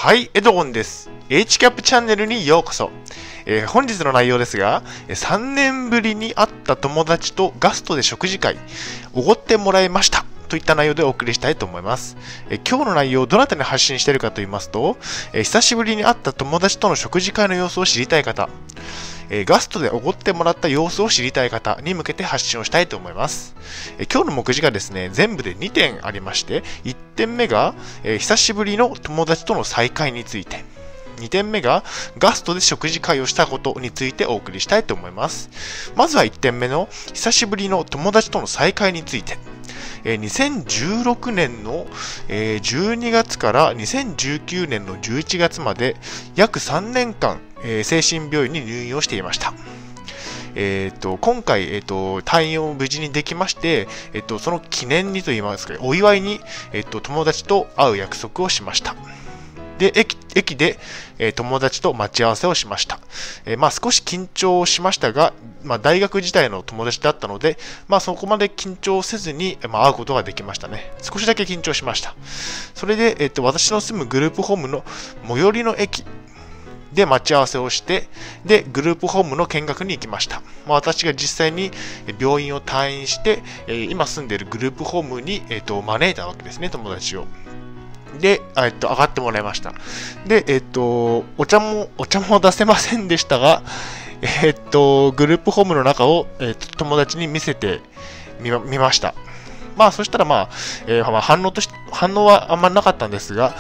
はい、エドゴンです。HCAP チャンネルにようこそ。本日の内容ですが、3年ぶりに会った友達とガストで食事会、おごってもらいました。といった内容でお送りしたいと思います。今日の内容をどなたに発信しているかと言いますと、久しぶりに会った友達との食事会の様子を知りたい方、ガストでおごってもらった様子を知りたい方に向けて発信をしたいと思います。今日の目次がですね、全部で2点ありまして、1点目が、久しぶりの友達との再会について、2点目がガストで食事会をしたことについてお送りしたいと思います。まずは1点目の久しぶりの友達との再会について。2016年の12月から2019年の11月まで約3年間精神病院に入院をしていました。今回、退院を無事にできまして、その記念にといいますか、お祝いに、友達と会う約束をしました。で、駅で、友達と待ち合わせをしました。少し緊張しましたが、大学時代の友達だったので、そこまで緊張せずに、会うことができましたね。少しだけ緊張しました。それで、私の住むグループホームの最寄りの駅で待ち合わせをして、で、グループホームの見学に行きました。私が実際に病院を退院して、今住んでいるグループホームに、招いたわけですね、友達を。で、上がってもらいました。で、お茶も出せませんでしたが、グループホームの中を、友達に見せてみました。そしたら反応はあんまなかったんですが、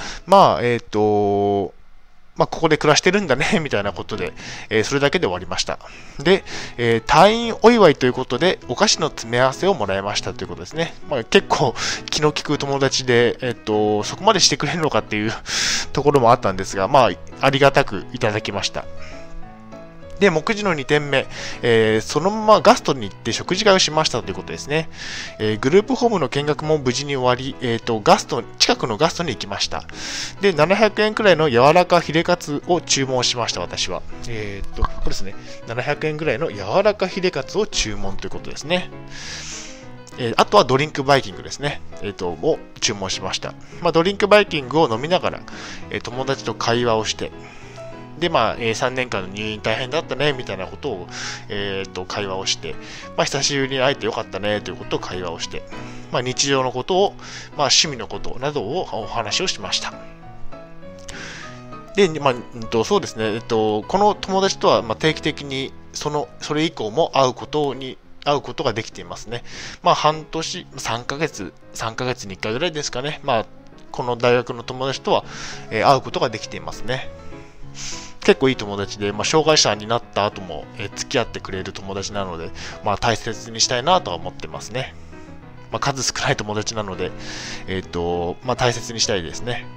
ここで暮らしてるんだね、みたいなことで、それだけで終わりました。で、退院お祝いということで、お菓子の詰め合わせをもらいましたということですね。結構気の利く友達で、そこまでしてくれるのかっていうところもあったんですが、ありがたくいただきました。で、目次の2点目、そのままガストに行って食事会をしましたということですね。グループホームの見学も無事に終わり、近くのガストに行きました。で、700円くらいの柔らかヒレカツを注文しました、私は。これですね。700円くらいの柔らかヒレカツを注文ということですね。あとはドリンクバイキングですね。を注文しました。ドリンクバイキングを飲みながら、友達と会話をして、で、3年間の入院大変だったね、みたいなことを、会話をして、久しぶりに会えてよかったね、ということを会話をして、日常のことを、趣味のことなどをお話をしました。で、そうですね、この友達とは、定期的に、それ以降も会うことができていますね。半年、3ヶ月に1回ぐらいですかね。この大学の友達とは、会うことができていますね。結構いい友達で、障害者になった後も、付き合ってくれる友達なので、大切にしたいなとは思ってますね。数少ない友達なので、大切にしたいですね。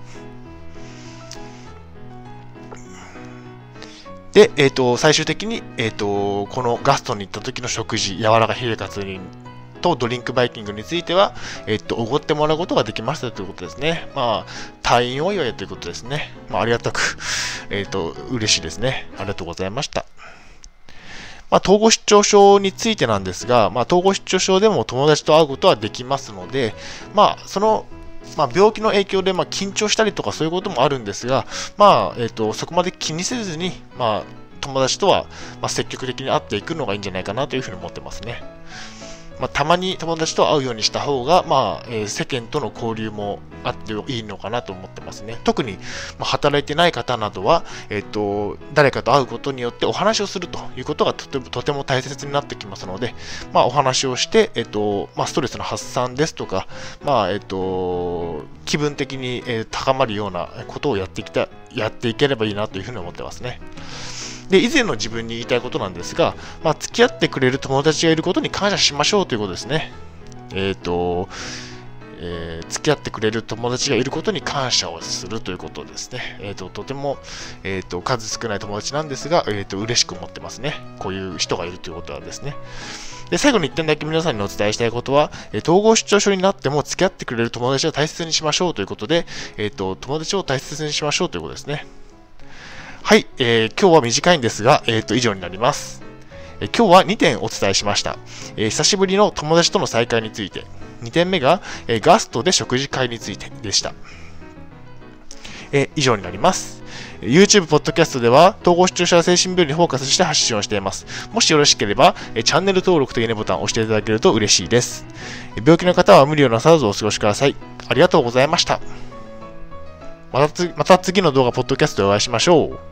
で、最終的に、このガストに行った時の食事、柔らかヒレカツとドリンクバイキングについては、おごってもらうことができましたということですね。退院お祝いということですね。ありがたく、嬉しいですね。ありがとうございました。統合失調症についてなんですが、統合失調症でも友達と会うことはできますので、その、病気の影響で緊張したりとかそういうこともあるんですが、そこまで気にせずに、友達とは、積極的に会っていくのがいいんじゃないかなというふうに思ってますね。たまに友達と会うようにした方が、世間との交流もあっていいのかなと思ってますね。特に、働いてない方などは、誰かと会うことによってお話をするということがとても大切になってきますので、お話をして、ストレスの発散ですとか、気分的に、高まるようなことをやっていければいいなというふうに思ってますね。で、以前の自分に言いたいことなんですが、付き合ってくれる友達がいることに感謝しましょうということですね。付き合ってくれる友達がいることに感謝をするということですね。とても、数少ない友達なんですが、嬉しく思ってますね。こういう人がいるということはですね。で、最後に1点だけ皆さんにお伝えしたいことは、統合失調症になっても付き合ってくれる友達を大切にしましょうということで、友達を大切にしましょうということですね。はい、今日は短いんですが、以上になります。今日は2点お伝えしました。久しぶりの友達との再会について。2点目が、ガストで食事会についてでした。 以上になります。YouTube、ポッドキャストでは、統合失調症や精神病にフォーカスして発信をしています。もしよろしければ、チャンネル登録といいねボタンを押していただけると嬉しいです。病気の方は無理をなさらずお過ごしください。ありがとうございました。また次の動画、ポッドキャストでお会いしましょう。